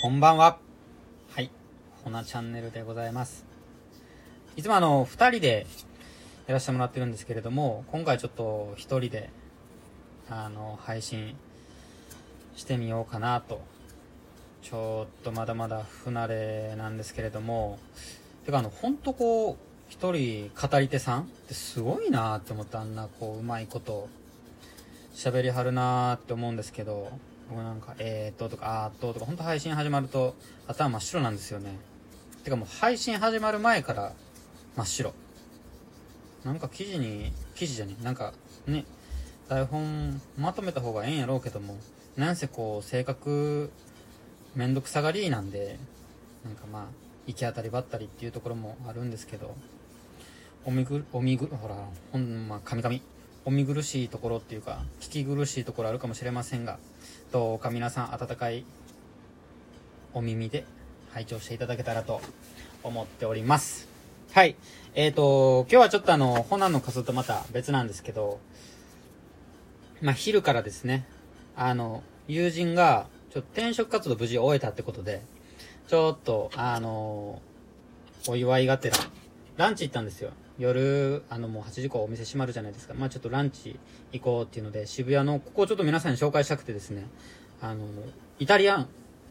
こんばんは。はい。ほなチャンネルでございます。いつも二人でやらせてもらってるんですけれども、今回ちょっと一人で、配信してみようかなと。ちょっとまだまだ不慣れなんですけれども、てかほんとこう、一人語り手さんってすごいなーって思って、あんなこう、うまいこと喋りはるなーって思うんですけど、僕なんか、とか、とか、ほんと配信始まると頭真っ白なんですよね。てかもう配信始まる前から真っ白。なんか記事じゃねえ、なんかね、台本まとめた方がええんやろうけども、なんせこう、性格、めんどくさがりなんで、なんかまあ、行き当たりばったりっていうところもあるんですけど、ほら、神々。お見苦しいところっていうか、聞き苦しいところあるかもしれませんが、どうか皆さん温かいお耳で拝聴していただけたらと思っております。はい。今日はちょっとホナンの仮装とまた別なんですけど、昼からですね、友人が、転職活動無事終えたってことで、ちょっと、お祝いがてら、ランチ行ったんですよ。夜、もう8時以降お店閉まるじゃないですか。ちょっとランチ行こうっていうので、渋谷の、ここをちょっと皆さんに紹介したくてですね、イタリアン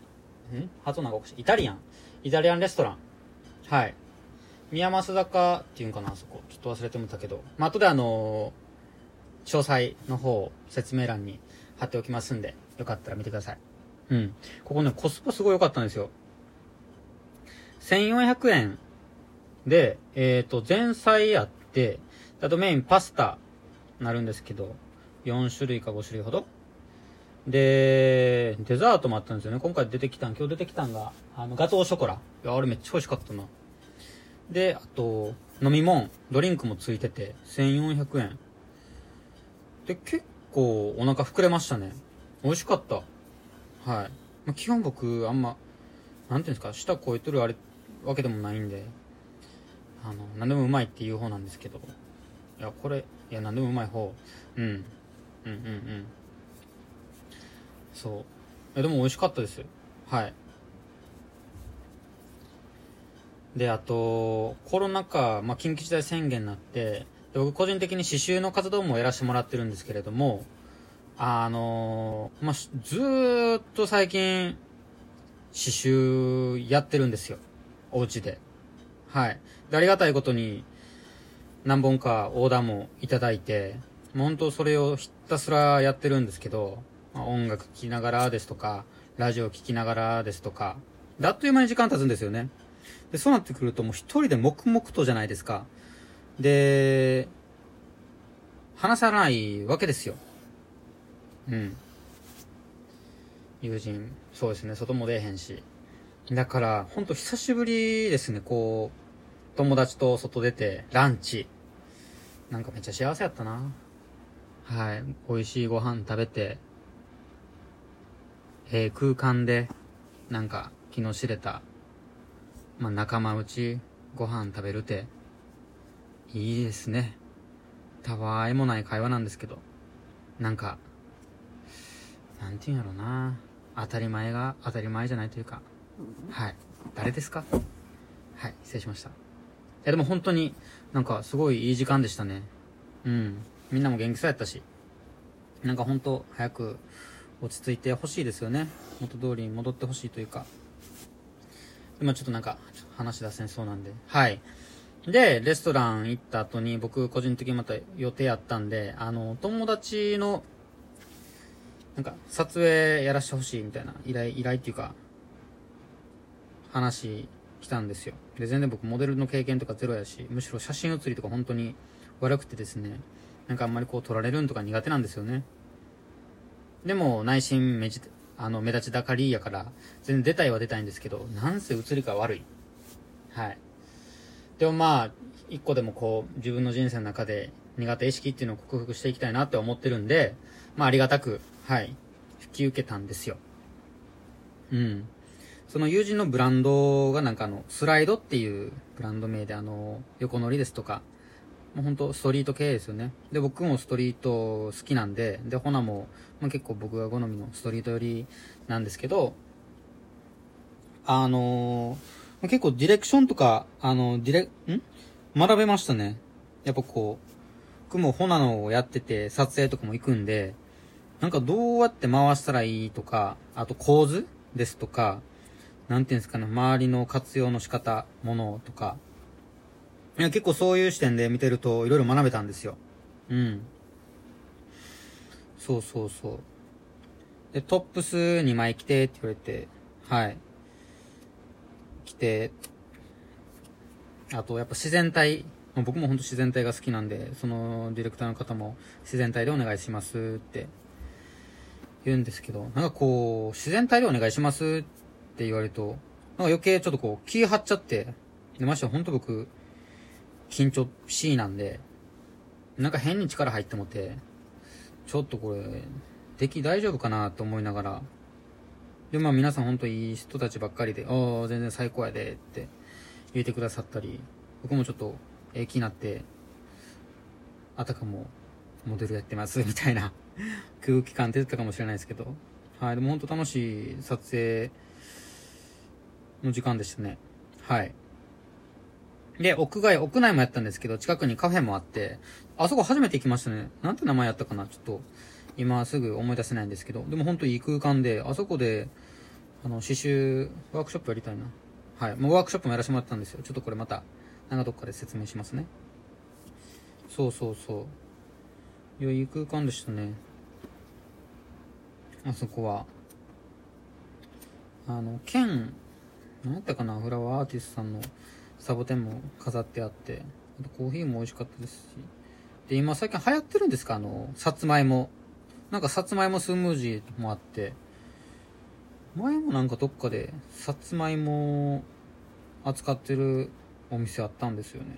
レストラン。はい。宮益坂っていうんかな、あそこ。ちょっと忘れてもたけど。後で詳細の方、説明欄に貼っておきますんで、よかったら見てください。うん。ここね、コスパすごい良かったんですよ。1400円で、前菜あって、あとメインパスタなるんですけど、4種類か5種類ほど。で、デザートもあったんですよね。今日出てきたんが、ガトーショコラ。いや、あれめっちゃ美味しかったな。で、あと、飲み物、ドリンクもついてて、1400円。で、結構お腹膨れましたね。美味しかった。はい。基本僕、あんま、なんていうんですか、舌超えとるわけでもないんで、何でもうまいっていう方なんですけど、何でもうまい方。うん。うんうんうん。そう。でも美味しかったです。はい。で、あと、コロナ禍、緊急事態宣言になって、で僕個人的に刺繍の活動もやらせてもらってるんですけれども、ずーっと最近、刺繍やってるんですよ。お家で。はい。で、ありがたいことに、何本かオーダーもいただいて、もう本当それをひたすらやってるんですけど、音楽聴きながらですとか、ラジオ聴きながらですとか、であっという間に時間経つんですよね。で、そうなってくるともう一人で黙々とじゃないですか。で、話さないわけですよ。うん。友人、そうですね、外も出えへんし。だから、ほんと久しぶりですね、こう、友達と外出て、ランチ。なんかめっちゃ幸せやったな。はい。美味しいご飯食べて、空間で、なんか気の知れた、仲間内ご飯食べるって、いいですね。たわいもない会話なんですけど、なんか、なんて言うんやろうな。当たり前が当たり前じゃないというか、はい。誰ですか？はい、失礼しました。いやでも本当になんかすごいいい時間でしたね。うん。みんなも元気そうやったし、なんか本当早く落ち着いてほしいですよね。元通りに戻ってほしいというか。今ちょっとなんか話出せんそうなんで。はい。で、レストラン行った後に僕個人的にまた予定あったんで、友達のなんか撮影やらしてほしいみたいな依頼っていうか、話来たんですよ。で、全然僕モデルの経験とかゼロやし、むしろ写真写りとか本当に悪くてですね、なんかあんまりこう撮られるんとか苦手なんですよね。でも内心目立ちだかりやから、全然出たいは出たいんですけど、なんせ写りが悪い。はい。でも一個でもこう、自分の人生の中で苦手意識っていうのを克服していきたいなって思ってるんで、ありがたく、はい、引き受けたんですよ。うん。その友人のブランドがなんかスライドっていうブランド名で横乗りですとか、もうほんとストリート系ですよね。で、僕もストリート好きなんで、ほなも、結構僕が好みのストリート寄りなんですけど、 結構ディレクションとか、学べましたね。やっぱこう、僕もホナノをやってて撮影とかも行くんで、なんかどうやって回したらいいとか、あと構図ですとか、なんていうんですかね、周りの活用の仕方、ものとか。いや、結構そういう視点で見てるといろいろ学べたんですよ。うん。そうそうそう。で、トップス2枚着てって言われて、はい。着て、あとやっぱ自然体、僕もほんと自然体が好きなんで、そのディレクターの方も自然体でお願いしますって言うんですけど、なんかこう、自然体でお願いしますって言われると、なんか余計ちょっとこう、気張っちゃって、で、ましてほんと僕、緊張しいなんで、なんか変に力入ってもて、ちょっとこれ、出来大丈夫かなと思いながら、で、まあ皆さんほんといい人たちばっかりで、ああ、全然最高やでって言ってくださったり、僕もちょっと、気になって、あたかもモデルやってますみたいな空気感出てたかもしれないですけど、はい、でも本当楽しい撮影の時間でしたね。はい。で、屋内もやったんですけど、近くにカフェもあって、あそこ初めて行きましたね。なんて名前やったかな、ちょっと、今すぐ思い出せないんですけど、でも本当いい空間で、あそこで、刺繍、ワークショップやりたいな。はい。もうワークショップもやらせてもらったんですよ。ちょっとこれまた、なんかどっかで説明しますね。そうそうそう。いや、いい空間でしたね。あそこは。なんやったかな、フラワーアーティストさんのサボテンも飾ってあって、あとコーヒーも美味しかったですし。で、今最近流行ってるんですか、さつまいも。なんかさつまいもスムージーもあって、前もなんかどっかでさつまいも扱ってるお店あったんですよね。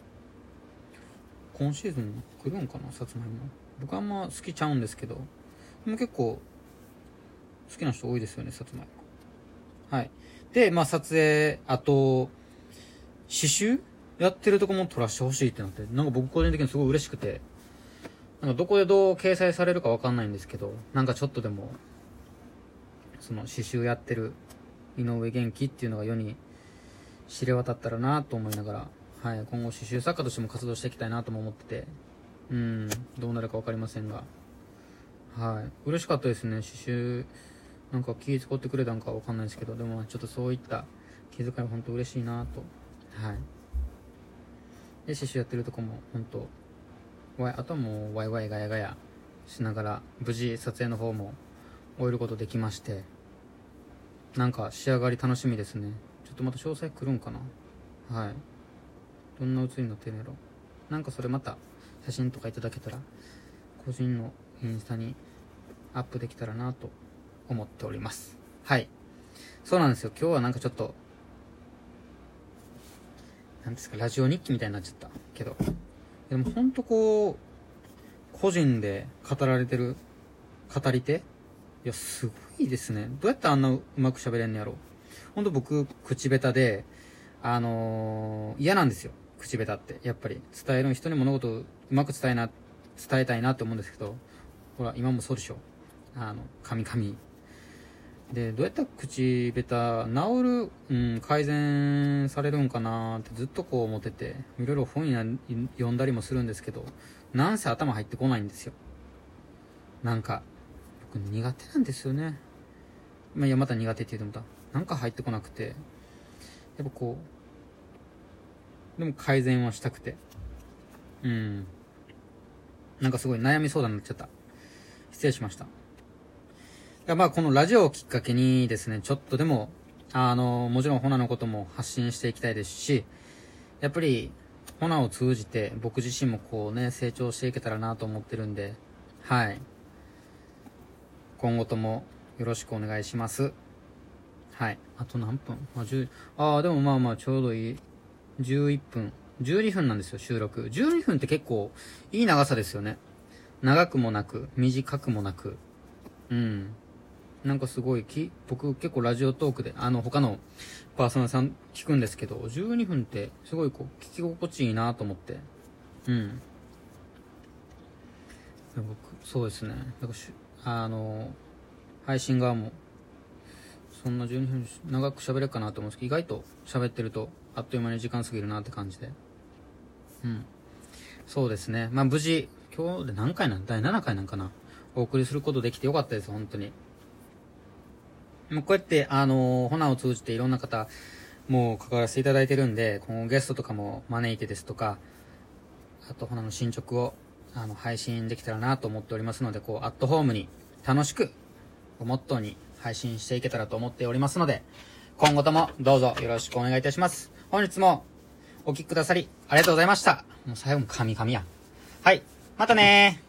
今シーズン来るんかな、さつまいも。僕あんま好きちゃうんですけど、でも結構好きな人多いですよね、さつまいも。はい。で、まあ撮影、あと、刺繍やってるとこも撮らしてほしいってなって、なんか僕個人的にすごい嬉しくて、なんかどこでどう掲載されるかわかんないんですけど、なんかちょっとでも、その刺繍やってる井上元気っていうのが世に知れ渡ったらなと思いながら、はい、今後刺繍作家としても活動していきたいなとも思ってて、どうなるかわかりませんが、はい、嬉しかったですね、刺繍。なんか気遣ってくれたんかわかんないですけど、でもちょっとそういった気遣いは本当嬉しいなと。はい。で、刺繍やってるとこも本当、あとはもうワイワイガヤガヤしながら、無事撮影の方も終えることできまして、なんか仕上がり楽しみですね。ちょっとまた詳細来るんかな。はい。どんな写りになってるんやろ。なんかそれまた写真とかいただけたら、個人のインスタにアップできたらなと思っております。はい。そうなんですよ。今日はなんかちょっと、なんですか、ラジオ日記みたいになっちゃったけど。でもほんとこう、個人で語られてる語り手、いや、すごいですね。どうやってあんなうまく喋れんのやろ。ほんと僕、口下手で、嫌なんですよ。口下手って。やっぱり、伝える人に物事をうまく伝えたいなって思うんですけど、ほら、今もそうでしょ。噛み噛み。で、どうやったら口下手、治る、改善されるんかなってずっとこう思ってて、いろいろ本読んだりもするんですけど、なんせ頭入ってこないんですよ。なんか、僕苦手なんですよね。まあ、いや、また苦手って言うと思った。なんか入ってこなくて、やっぱこう、でも改善はしたくて。なんかすごい悩み相談になっちゃった。失礼しました。まあこのラジオをきっかけにですね、ちょっとでも、もちろんホナのことも発信していきたいですし、やっぱり、ホナを通じて僕自身もこうね、成長していけたらなと思ってるんで、はい。今後ともよろしくお願いします。はい。あと何分でもまあまあちょうどいい。11分。12分なんですよ、収録。12分って結構いい長さですよね。長くもなく、短くもなく。なんかすごい僕結構ラジオトークで、他のパーソナルさん聞くんですけど、12分ってすごいこう、聞き心地いいなと思って。僕、そうですね。だから配信側も、 そんな12分長く喋れるかなと思うんですけど、意外と喋ってるとあっという間に時間過ぎるなって感じで。そうですね。まあ無事、今日で何回なん第7回なんかなお送りすることできてよかったです、本当に。もうこうやって、ホナを通じていろんな方、もう関わらせていただいてるんで、今後ゲストとかも招いてですとか、あとホナの進捗を、配信できたらなと思っておりますので、こう、アットホームに楽しく、をモットーに配信していけたらと思っておりますので、今後ともどうぞよろしくお願いいたします。本日もお聞きくださりありがとうございました。もう最後も神々や。はい。またねー。